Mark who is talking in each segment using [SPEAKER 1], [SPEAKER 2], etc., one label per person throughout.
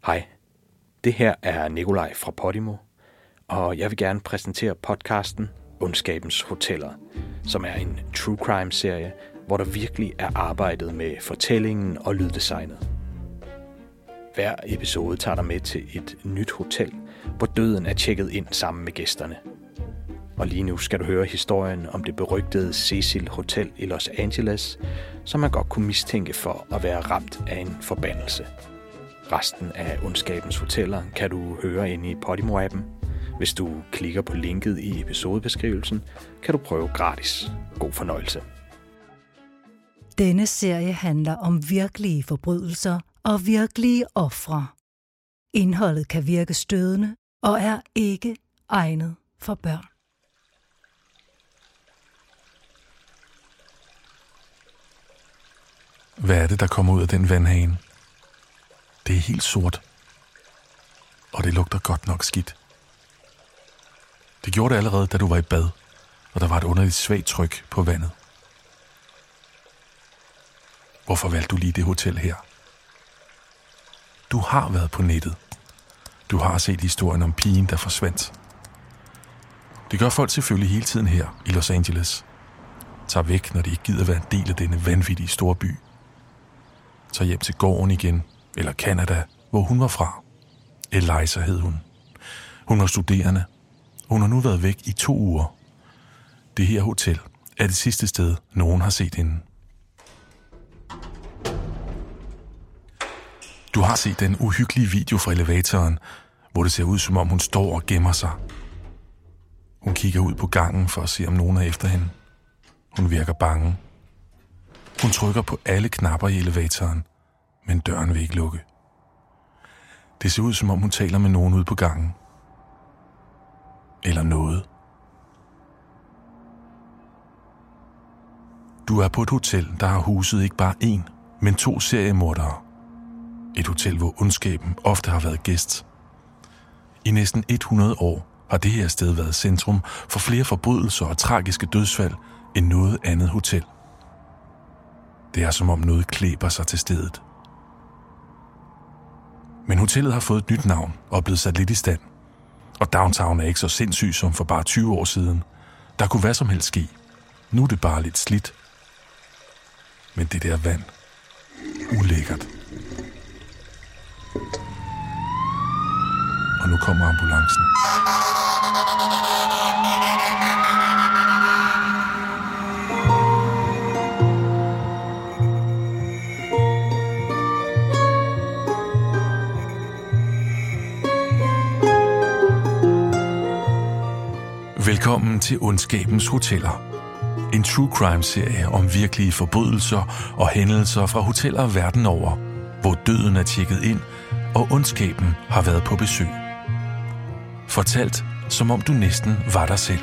[SPEAKER 1] Hej, det her er Nikolaj fra Podimo, og jeg vil gerne præsentere podcasten Ondskabens Hoteller, som er en true crime-serie, hvor der virkelig er arbejdet med fortællingen og lyddesignet. Hver episode tager dig med til et nyt hotel, hvor døden er tjekket ind sammen med gæsterne. Og lige nu skal du høre historien om det berygtede Cecil Hotel i Los Angeles, som man godt kunne mistænke for at være ramt af en forbandelse. Resten af Ondskabens Hoteller kan du høre inde i Podimo-appen. Hvis du klikker på linket i episodebeskrivelsen, kan du prøve gratis. God fornøjelse.
[SPEAKER 2] Denne serie handler om virkelige forbrydelser og virkelige ofre. Indholdet kan virke stødende og er ikke egnet for børn.
[SPEAKER 3] Hvad er det, der kommer ud af den vandhane? Det er helt sort. Og det lugter godt nok skidt. Det gjorde det allerede, da du var i bad, og der var et underligt svagt tryk på vandet. Hvorfor valgte du lige det hotel her? Du har været på nettet. Du har set historien om pigen, der forsvandt. Det gør folk selvfølgelig hele tiden her i Los Angeles. Tager væk, når de ikke gider være en del af denne vanvittige store by. Tager hjem til gården igen, eller Canada, hvor hun var fra. Eliza hed hun. Hun var studerende. Hun har nu været væk i 2 uger. Det her hotel er det sidste sted, nogen har set hende. Du har set den uhyggelige video fra elevatoren, hvor det ser ud, som om hun står og gemmer sig. Hun kigger ud på gangen for at se, om nogen er efter hende. Hun virker bange. Hun trykker på alle knapper i elevatoren, men døren vil ikke lukke. Det ser ud, som om hun taler med nogen ude på gangen. Eller noget. Du er på et hotel, der har huset ikke bare 1, men 2 seriemordere. Et hotel, hvor ondskaben ofte har været gæst. I næsten 100 år har det her sted været centrum for flere forbrydelser og tragiske dødsfald end noget andet hotel. Det er som om noget klæber sig til stedet. Men hotellet har fået et nyt navn og er blevet sat lidt i stand. Og downtown er ikke så sindssyg som for bare 20 år siden. Der kunne hvad som helst ske. Nu er det bare lidt slidt. Men det der vand, ulækkert. Og nu kommer ambulancen. Velkommen til Ondskabens Hoteller. En true crime-serie om virkelige forbrydelser og hændelser fra hoteller verden over, hvor døden er tjekket ind, og ondskaben har været på besøg. Fortalt, som om du næsten var der selv.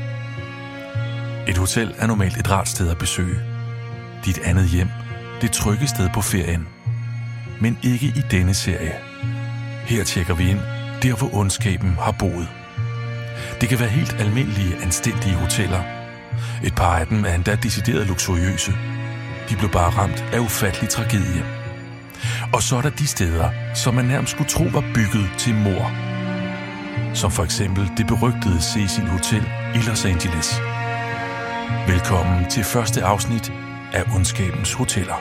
[SPEAKER 3] Et hotel er normalt et rart sted at besøge. Dit andet hjem, det trygge sted på ferien. Men ikke i denne serie. Her tjekker vi ind, der hvor ondskaben har boet. Det kan være helt almindelige, anstændige hoteller. Et par af dem er endda decideret luksuriøse. De blev bare ramt af ufattelig tragedie. Og så er der de steder, som man nærmest skulle tro var bygget til mord. Som for eksempel det berygtede Cecil Hotel i Los Angeles. Velkommen til første afsnit af Ondskabens Hoteller.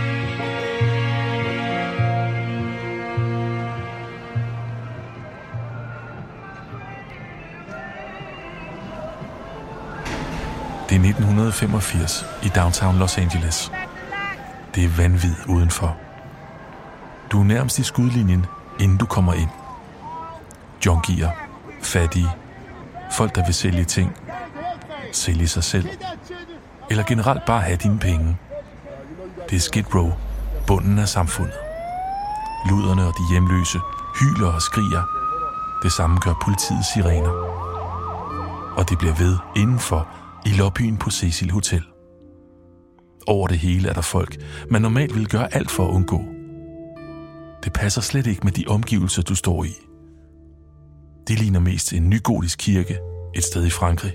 [SPEAKER 3] Det er 1985 i downtown Los Angeles. Det er vanvid udenfor. Du er nærmest i skudlinjen, inden du kommer ind. Junkier, fattige, folk der vil sælge ting, sælge sig selv, eller generelt bare have dine penge. Det er Skid Row, bunden af samfundet. Luderne og de hjemløse hyler og skriger. Det samme gør politiets sirener. Og det bliver ved indenfor i lobbyen på Cecil Hotel. Over det hele er der folk, man normalt vil gøre alt for at undgå. Det passer slet ikke med de omgivelser, du står i. Det ligner mest en nygotisk kirke et sted i Frankrig.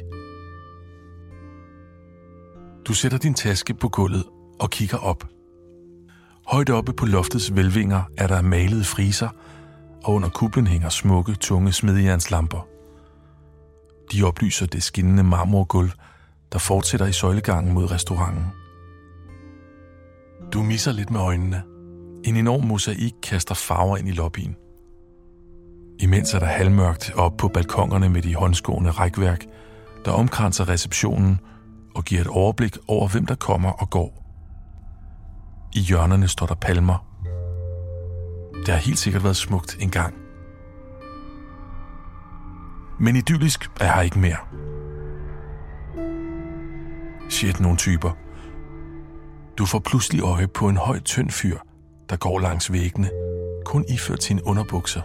[SPEAKER 3] Du sætter din taske på gulvet og kigger op. Højt oppe på loftets hvælvinger er der malede friser, og under kuplen hænger smukke, tunge smedejernslamper. De oplyser det skinnende marmorgulv, der fortsætter i søjlegangen mod restauranten. Du misser lidt med øjnene. En enorm mosaik kaster farver ind i lobbyen. Imens er der halvmørkt op på balkonerne med de håndskående rækværk, der omkranser receptionen og giver et overblik over, hvem der kommer og går. I hjørnerne står der palmer. Det har helt sikkert været smukt engang. Men idyllisk er her ikke mere. Shit, nogle typer. Du får pludselig øje på en høj, tynd fyr, der går langs væggene, kun iført sine underbukser.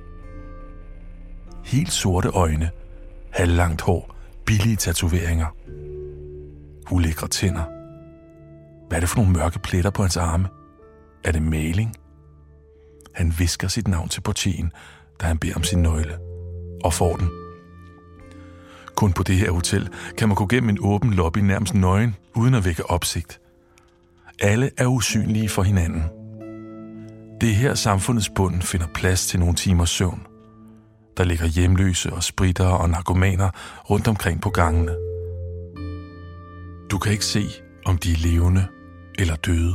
[SPEAKER 3] Helt sorte øjne, halvlangt hår, billige tatoveringer. Ulækre tænder. Hvad er det for nogle mørke pletter på hans arme? Er det maling? Han hvisker sit navn til portieren, da han beder om sin nøgle, og får den. Kun på det her hotel kan man gå gennem en åben lobby nærmest nøgen, uden at vække opsigt. Alle er usynlige for hinanden. Det er her samfundets bund finder plads til nogle timers søvn. Der ligger hjemløse og spritere og narkomaner rundt omkring på gangene. Du kan ikke se, om de er levende eller døde.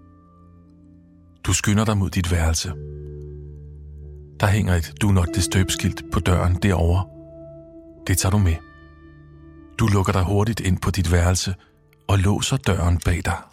[SPEAKER 3] Du skynder dig mod dit værelse. Der hænger et Do Not Disturb-skilt på døren derovre. Det tager du med. Du lukker dig hurtigt ind på dit værelse og låser døren bag dig.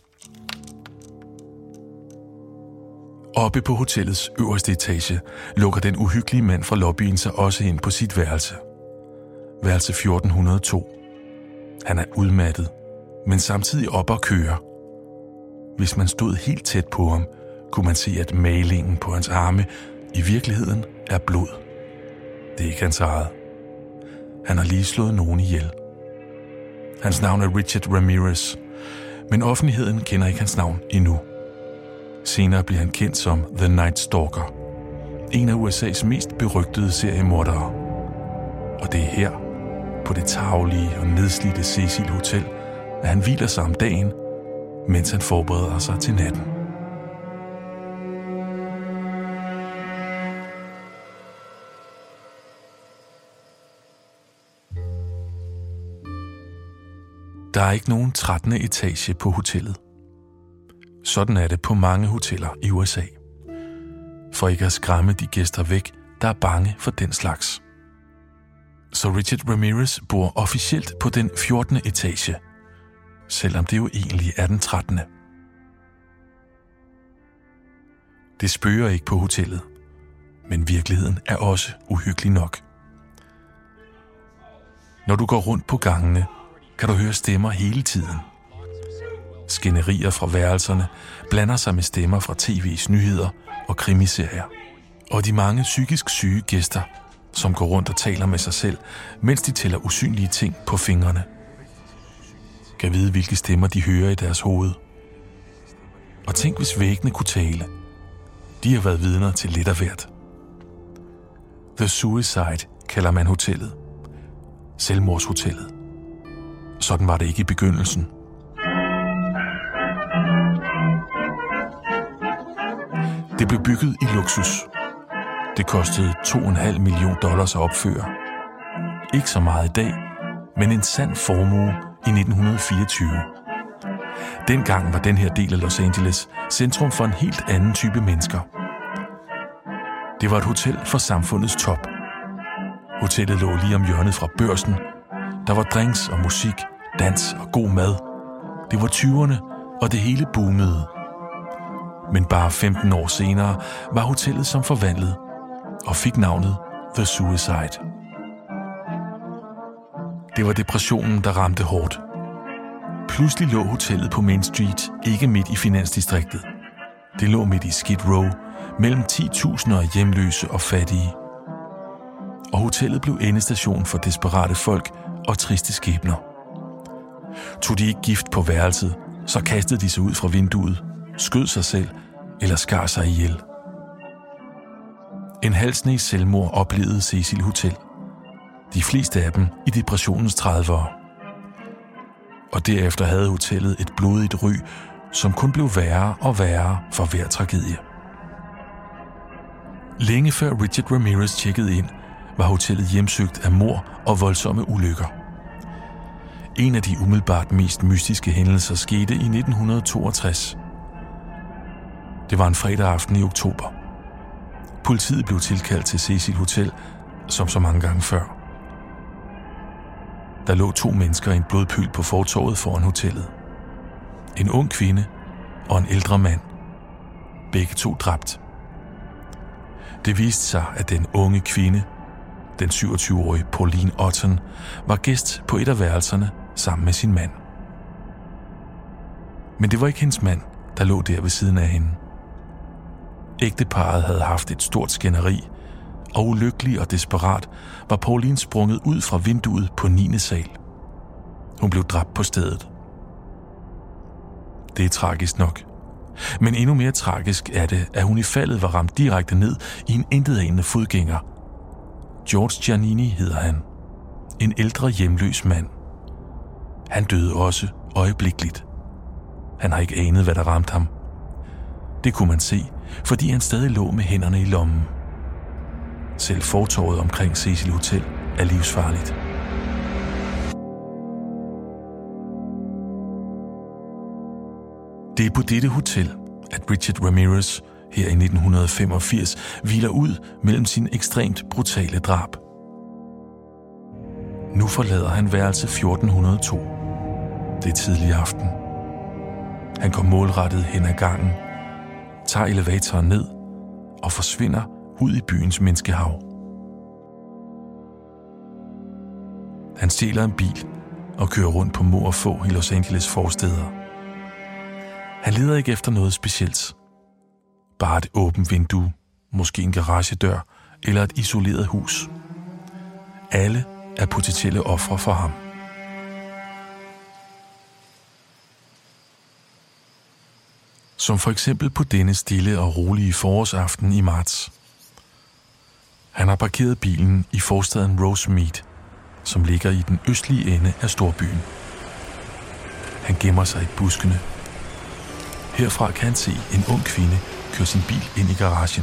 [SPEAKER 3] Oppe på hotellets øverste etage lukker den uhyggelige mand fra lobbyen sig også ind på sit værelse. Værelse 1402. Han er udmattet, men samtidig op og køre. Hvis man stod helt tæt på ham, kunne man se, at malingen på hans arme i virkeligheden er blod. Det er ikke hans eget. Han har lige slået nogen ihjel. Hans navn er Richard Ramirez, men offentligheden kender ikke hans navn endnu. Senere bliver han kendt som The Night Stalker, en af USA's mest berygtede seriemordere. Og det er her, på det tarvelige og nedslidte Cecil Hotel, at han hviler sig om dagen, mens han forbereder sig til natten. Der er ikke nogen 13. etage på hotellet. Sådan er det på mange hoteller i USA. For ikke at skræmme de gæster væk, der er bange for den slags. Så Richard Ramirez bor officielt på den 14. etage, selvom det jo egentlig er den 13. Det spøger ikke på hotellet, men virkeligheden er også uhyggelig nok. Når du går rundt på gangene, kan du høre stemmer hele tiden. Skænderier fra værelserne blander sig med stemmer fra tv's nyheder og krimiserier. Og de mange psykisk syge gæster, som går rundt og taler med sig selv, mens de tæller usynlige ting på fingrene. Kan vide, hvilke stemmer de hører i deres hoved. Og tænk, hvis væggene kunne tale. De har været vidner til lidt af hvert. The Suicide kalder man hotellet. Selvmordshotellet. Sådan var det ikke i begyndelsen. Det blev bygget i luksus. Det kostede $2,5 million at opføre. Ikke så meget i dag, men en sand formue i 1924. Dengang var den her del af Los Angeles centrum for en helt anden type mennesker. Det var et hotel for samfundets top. Hotellet lå lige om hjørnet fra Børsen. Der var drinks og musik, dans og god mad. Det var 20'erne, og det hele boomede. Men bare 15 år senere var hotellet som forvandlet og fik navnet The Suicide. Det var depressionen, der ramte hårdt. Pludselig lå hotellet på Main Street ikke midt i finansdistriktet. Det lå midt i Skid Row, mellem 10.000 hjemløse og fattige. Og hotellet blev endestation for desperate folk og triste skæbner. Tog de ikke gift på værelset, så kastede de sig ud fra vinduet, skød sig selv eller skar sig ihjel. En halv sne selvmord oplevede Cecil Hotel. De fleste af dem i depressionens 30'ere. Og derefter havde hotellet et blodigt ry, som kun blev værre og værre for hver tragedie. Længe før Richard Ramirez tjekkede ind, var hotellet hjemsøgt af mord og voldsomme ulykker. En af de umiddelbart mest mystiske hændelser skete i 1962. Det var en fredag aften i oktober. Politiet blev tilkaldt til Cecil Hotel, som så mange gange før. Der lå 2 mennesker i en blodpøl på fortovet foran hotellet. En ung kvinde og en ældre mand. Begge 2 dræbt. Det viste sig, at den unge kvinde, den 27-årige Pauline Otten, var gæst på et af værelserne sammen med sin mand. Men det var ikke hendes mand, der lå der ved siden af hende. Ægteparret havde haft et stort skænderi, og ulykkelig og desperat var Pauline sprunget ud fra vinduet på 9. sal. Hun blev dræbt på stedet. Det er tragisk nok. Men endnu mere tragisk er det, at hun i faldet var ramt direkte ned i en intetanende fodgænger. George Giannini hedder han. En ældre hjemløs mand. Han døde også øjeblikkeligt. Han har ikke anet, hvad der ramte ham. Det kunne man se, fordi han stadig lå med hænderne i lommen. Selv fortovet omkring Cecil Hotel er livsfarligt. Det er på dette hotel, at Richard Ramirez her i 1985 hviler ud mellem sin ekstremt brutale drab. Nu forlader han værelse 1402. Det er tidlig aften. Han går målrettet hen ad gangen, tager elevatoren ned og forsvinder ud i byens menneskehav. Han stjæler en bil og kører rundt på må og få i Los Angeles forstæder. Han leder ikke efter noget specielt. Bare et åbent vindue, måske en garagedør eller et isoleret hus. Alle er potentielle ofre for ham. Som for eksempel på denne stille og rolige forårsaften i marts. Han har parkeret bilen i forstaden Rosemead, som ligger i den østlige ende af storbyen. Han gemmer sig i buskene. Herfra kan han se en ung kvinde køre sin bil ind i garagen.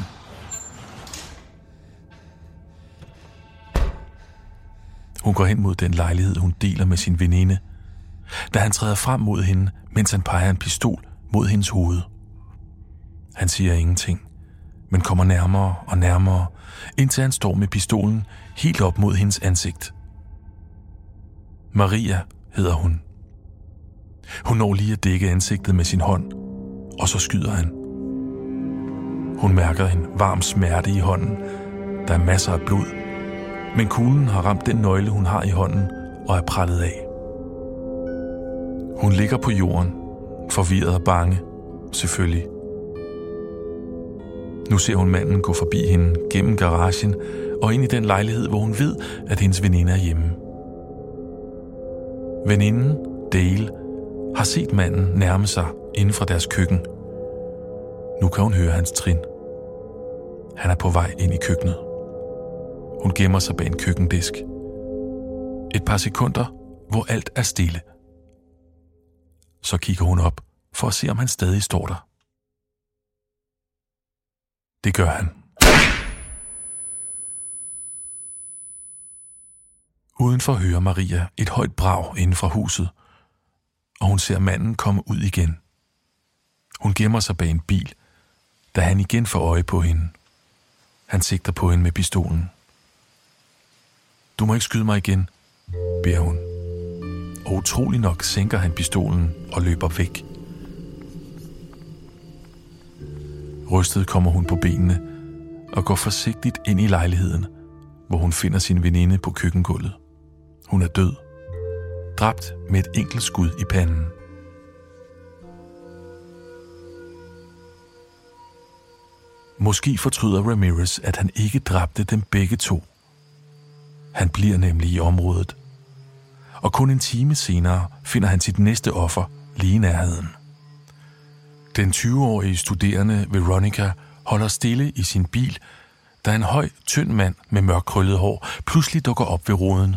[SPEAKER 3] Hun går hen mod den lejlighed, hun deler med sin veninde, da han træder frem mod hende, mens han peger en pistol mod hendes hoved. Han siger ingenting, men kommer nærmere og nærmere, indtil han står med pistolen helt op mod hendes ansigt. Maria hedder hun. Hun når lige at dække ansigtet med sin hånd, og så skyder han. Hun mærker en varm smerte i hånden. Der er masser af blod, men kuglen har ramt den nøgle, hun har i hånden, og er prællet af. Hun ligger på jorden, forvirret og bange, selvfølgelig. Nu ser hun manden gå forbi hende gennem garagen og ind i den lejlighed, hvor hun ved, at hendes veninde er hjemme. Veninden, Dale, har set manden nærme sig inden fra deres køkken. Nu kan hun høre hans trin. Han er på vej ind i køkkenet. Hun gemmer sig bag en køkkendisk. Et par sekunder, hvor alt er stille. Så kigger hun op for at se, om han stadig står der. Det gør han. Udenfor hører Maria et højt brag inden fra huset, og hun ser manden komme ud igen. Hun gemmer sig bag en bil, da han igen får øje på hende. Han sigter på hende med pistolen. Du må ikke skyde mig igen, beder hun. Og utrolig nok sænker han pistolen og løber væk. Rystet kommer hun på benene og går forsigtigt ind i lejligheden, hvor hun finder sin veninde på køkkengulvet. Hun er død, dræbt med et enkelt skud i panden. Måske fortryder Ramirez, at han ikke dræbte dem begge to. Han bliver nemlig i området, og kun en time senere finder han sit næste offer lige i nærheden. Den 20-årige studerende Veronica holder stille i sin bil, da en høj, tynd mand med mørk krøllet hår pludselig dukker op ved ruden.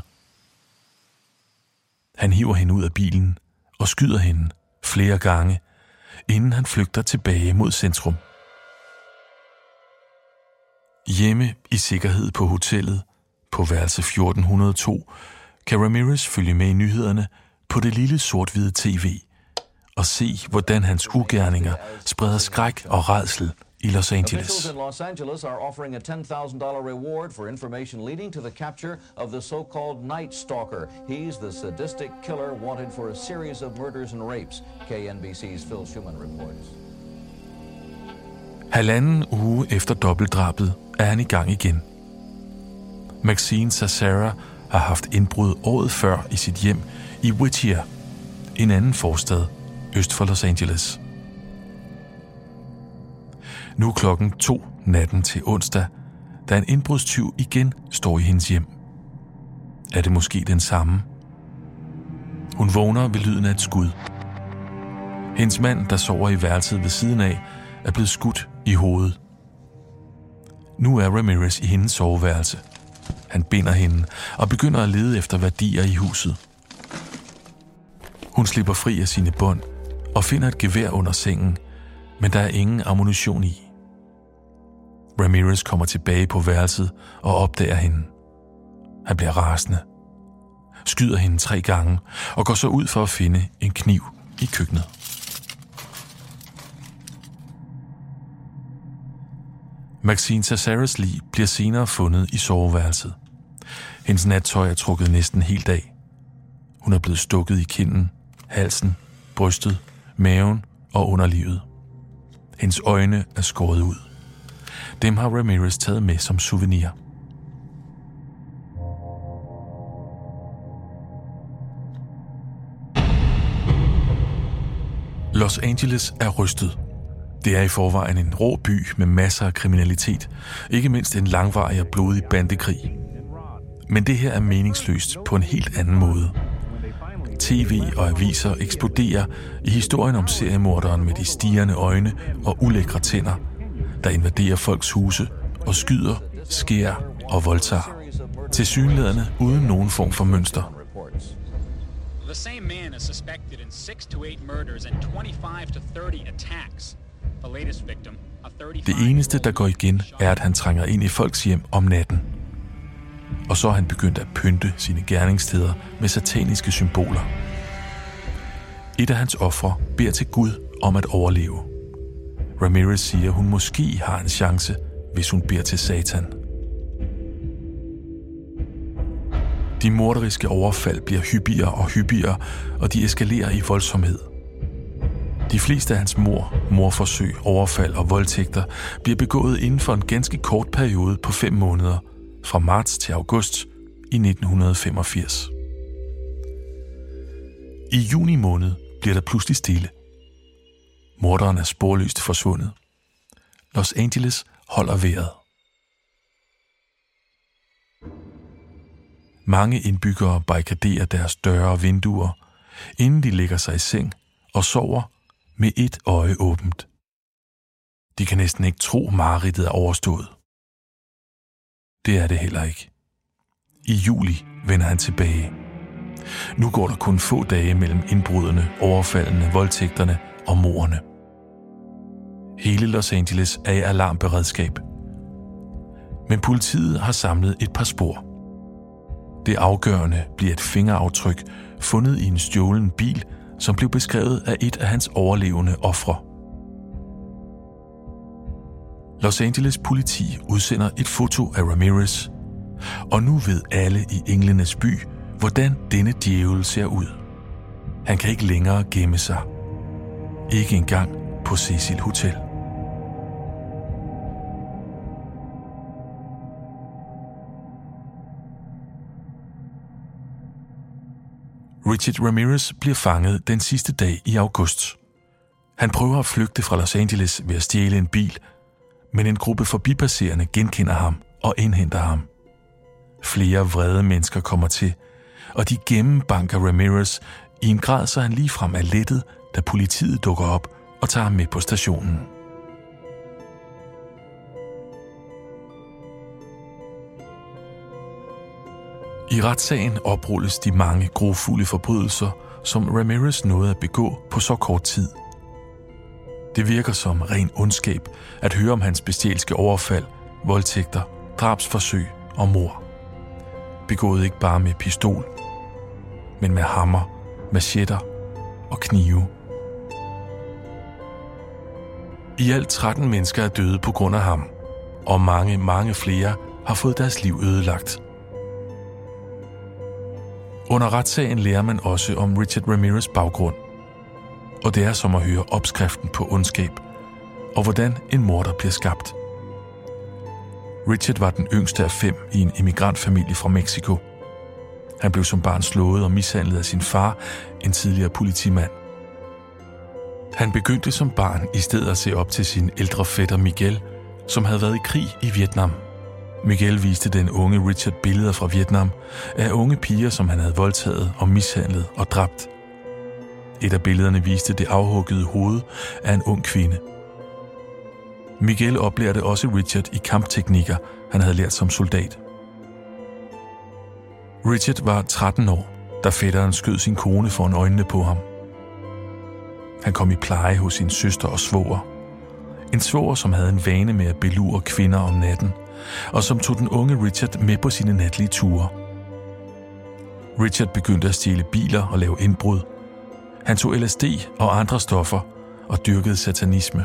[SPEAKER 3] Han hiver hende ud af bilen og skyder hende flere gange, inden han flygter tilbage mod centrum. Hjemme i sikkerhed på hotellet, på værelse 1402, kan Ramirez følge med i nyhederne på det lille sort-hvide tv og se, hvordan hans ugerninger spreder skræk og rædsel i Los Angeles.
[SPEAKER 4] Officials in Los Angeles are offering a $10,000 reward for information leading to the capture of the so-called Night Stalker. He's the sadistic killer wanted for a series of murders and rapes, KNBC's Phil Schuman reports.
[SPEAKER 3] Halvanden uge efter dobbeltdrabet er han i gang igen. Maxine Cassara har haft indbrud året før i sit hjem i Whittier, en anden forstad øst for Los Angeles. Nu er klokken 2 natten til onsdag, da en indbrudstyv igen står i hendes hjem. Er det måske den samme? Hun vågner ved lyden af et skud. Hendes mand, der sover i værelset ved siden af, er blevet skudt i hovedet. Nu er Ramirez i hendes soveværelse. Han binder hende og begynder at lede efter værdier i huset. Hun slipper fri af sine bånd og finder et gevær under sengen, men der er ingen ammunition i. Ramirez kommer tilbage på værelset og opdager hende. Han bliver rasende, skyder hende 3 gange og går så ud for at finde en kniv i køkkenet. Maxine Cassaras lig bliver senere fundet i soveværelset. Hendes nattøj er trukket næsten helt af. Hun er blevet stukket i kinden, halsen, brystet, maven og underlivet. Hendes øjne er skåret ud. Dem har Ramirez taget med som souvenir. Los Angeles er rystet. Det er i forvejen en rå by med masser af kriminalitet, ikke mindst en langvarig og blodig bandekrig. Men det her er meningsløst på en helt anden måde. TV og aviser eksploderer i historien om seriemorderen med de stirrende øjne og ulækre tænder, der invaderer folks huse og skyder, skærer og voldtager. Tilsyneladende uden nogen form for mønster.
[SPEAKER 5] The same man is suspected in 6 to 8 murders and 25 to 30 attacks. The latest victim, a 35.
[SPEAKER 3] Det eneste, der går igen, er, at han trænger ind i folks hjem om natten. Og så er han begyndt at pynte sine gerningssteder med sataniske symboler. Et af hans ofre beder til Gud om at overleve. Ramirez siger, hun måske har en chance, hvis hun beder til Satan. De morderiske overfald bliver hyppigere og hyppigere, og de eskalerer i voldsomhed. De fleste af hans mordforsøg, overfald og voldtægter bliver begået inden for en ganske kort periode på 5 måneder, fra marts til august i 1985. I juni måned bliver der pludselig stille. Morderen er sporløst forsvundet. Los Angeles holder vejret. Mange indbyggere barrikaderer deres døre og vinduer, inden de lægger sig i seng og sover med et øje åbent. De kan næsten ikke tro, mareridtet er overstået. Det er det heller ikke. I juli vender han tilbage. Nu går der kun få dage mellem indbrudene, overfaldene, voldtægterne og mordene. Hele Los Angeles er i alarmberedskab. Men politiet har samlet et par spor. Det afgørende bliver et fingeraftryk fundet i en stjålen bil, som blev beskrevet af et af hans overlevende ofre. Los Angeles politi udsender et foto af Ramirez, og nu ved alle i Englenes by, hvordan denne djævel ser ud. Han kan ikke længere gemme sig. Ikke engang på Cecil Hotel. Richard Ramirez bliver fanget den sidste dag i august. Han prøver at flygte fra Los Angeles ved at stjæle en bil, men en gruppe forbipasserende genkender ham og indhenter ham. Flere vrede mennesker kommer til, og de gennembanker Ramirez i en grad, så han ligefrem er lettet, da politiet dukker op og tager ham med på stationen. I retssagen oprulles de mange grufulde forbrydelser, som Ramirez nåede at begå på så kort tid. Det virker som ren ondskab at høre om hans bestialske overfald, voldtægter, drabsforsøg og mord. Begået ikke bare med pistol, men med hammer, machetter og knive. I alt 13 mennesker er døde på grund af ham, og mange flere har fået deres liv ødelagt. Under retssagen lærer man også om Richard Ramirez' baggrund, og det er som at høre opskriften på ondskab, og hvordan en morder bliver skabt. Richard var den yngste af 5 i en immigrantfamilie fra Mexico. Han blev som barn slået og mishandlet af sin far, en tidligere politimand. Han begyndte som barn i stedet at se op til sin ældre fætter Miguel, som havde været i krig i Vietnam. Miguel viste den unge Richard billeder fra Vietnam af unge piger, som han havde voldtaget og mishandlet og dræbt. Et af billederne viste det afhuggede hoved af en ung kvinde. Miguel oplærte også Richard i kampteknikker, han havde lært som soldat. Richard var 13 år, da fætteren skød sin kone foran øjnene på ham. Han kom i pleje hos sin søster og svoger. En svoger, som havde en vane med at belure kvinder om natten, og som tog den unge Richard med på sine natlige ture. Richard begyndte at stjæle biler og lave indbrud. Han tog LSD og andre stoffer og dyrkede satanisme.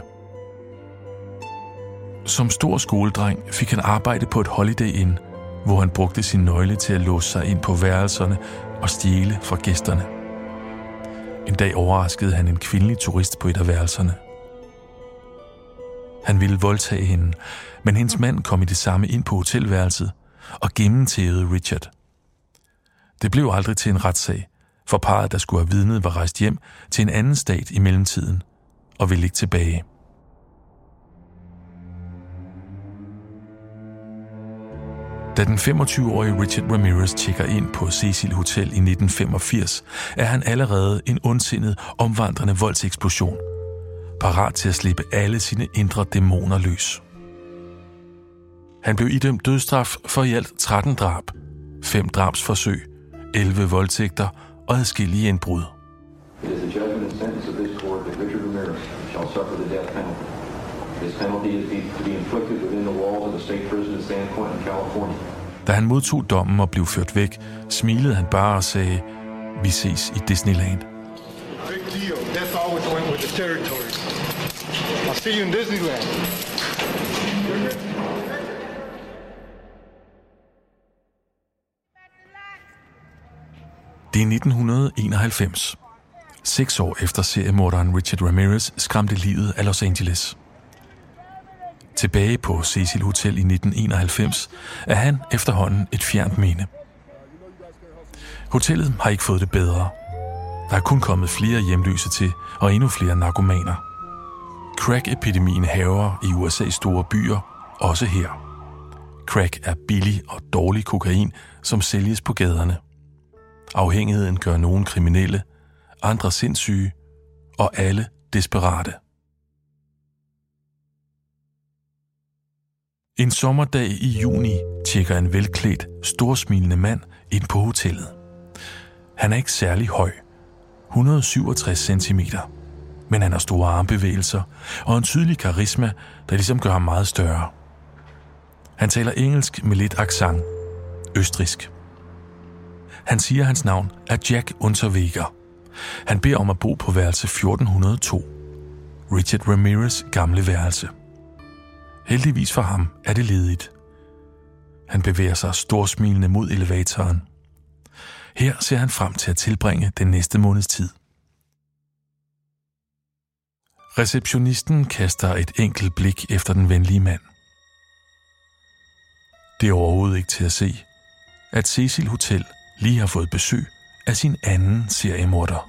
[SPEAKER 3] Som stor skoledreng fik han arbejde på et Holiday Inn, hvor han brugte sin nøgle til at låse sig ind på værelserne og stjæle fra gæsterne. En dag overraskede han en kvindelig turist på et af værelserne. Han ville voldtage hende, men hendes mand kom i det samme ind på hotelværelset og gennemtævede Richard. Det blev aldrig til en retssag, for parret, der skulle have vidnet, var rejst hjem til en anden stat i mellemtiden og ville ikke tilbage. Da den 25-årige Richard Ramirez tjekker ind på Cecil Hotel i 1985, er han allerede en ondsindet, omvandrende voldseksplosion, parat til at slippe alle sine indre dæmoner løs. Han blev idømt dødsstraf for i alt 13 drab, 5 drabsforsøg, 11 voldtægter og adskillige indbrud. Da han modtog dommen og blev ført væk, smilede han bare og sagde, "Vi ses i Disneyland."
[SPEAKER 6] Big deal. That's always went with the territories. I'll see you in Disneyland.
[SPEAKER 3] Det er 1991. 6 år efter seriemorderen Richard Ramirez skræmte livet af Los Angeles. Tilbage på Cecil Hotel i 1991 er han efterhånden et fjernt minde. Hotellet har ikke fået det bedre. Der er kun kommet flere hjemløse til, og endnu flere narkomaner. Crack-epidemien hærger i USA's store byer, også her. Crack er billig og dårlig kokain, som sælges på gaderne. Afhængigheden gør nogen kriminelle, andre sindssyge, og alle desperate. En sommerdag i juni tjekker en velklædt, storsmilende mand ind på hotellet. Han er ikke særlig høj, 167 cm, men han har store armbevægelser og en tydelig karisma, der ligesom gør ham meget større. Han taler engelsk med lidt accent, østrigsk. Han siger, at hans navn er Jack Unterweger. Han beder om at bo på værelse 1402, Richard Ramirez' gamle værelse. Heldigvis for ham er det ledigt. Han bevæger sig storsmilende mod elevatoren. Her ser han frem til at tilbringe den næste måneds tid. Receptionisten kaster et enkelt blik efter den venlige mand. Det er overhovedet ikke til at se, at Cecil Hotel lige har fået besøg af sin anden seriemorder.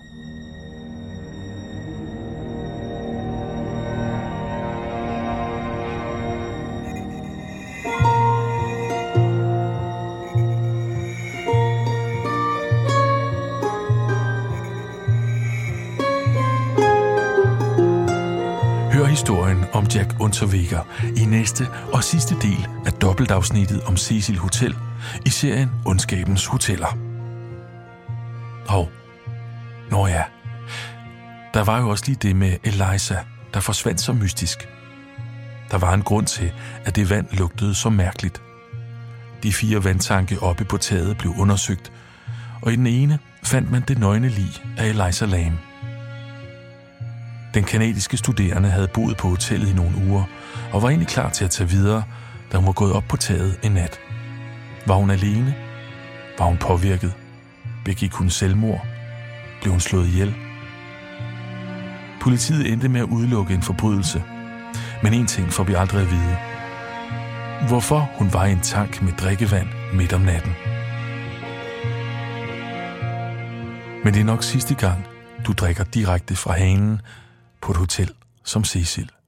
[SPEAKER 3] Hør historien om Jack Unterweger i næste og sidste del af dobbeltafsnittet om Cecil Hotel i serien Ondskabens Hoteller. Nå ja, der var jo også lige det med Eliza, der forsvandt så mystisk. Der var en grund til, at det vand lugtede så mærkeligt. De 4 vandtanke oppe på taget blev undersøgt, og i den ene fandt man det nøgne lig af Eliza Lam. Den canadiske studerende havde boet på hotellet i nogle uger, og var egentlig klar til at tage videre, da hun var gået op på taget en nat. Var hun alene? Var hun påvirket? Begik hun selvmord? Blev hun slået ihjel? Politiet endte med at udelukke en forbrydelse, men en ting får vi aldrig at vide. Hvorfor hun var i en tank med drikkevand midt om natten. Men det er nok sidste gang, du drikker direkte fra hanen på et hotel som Cecil.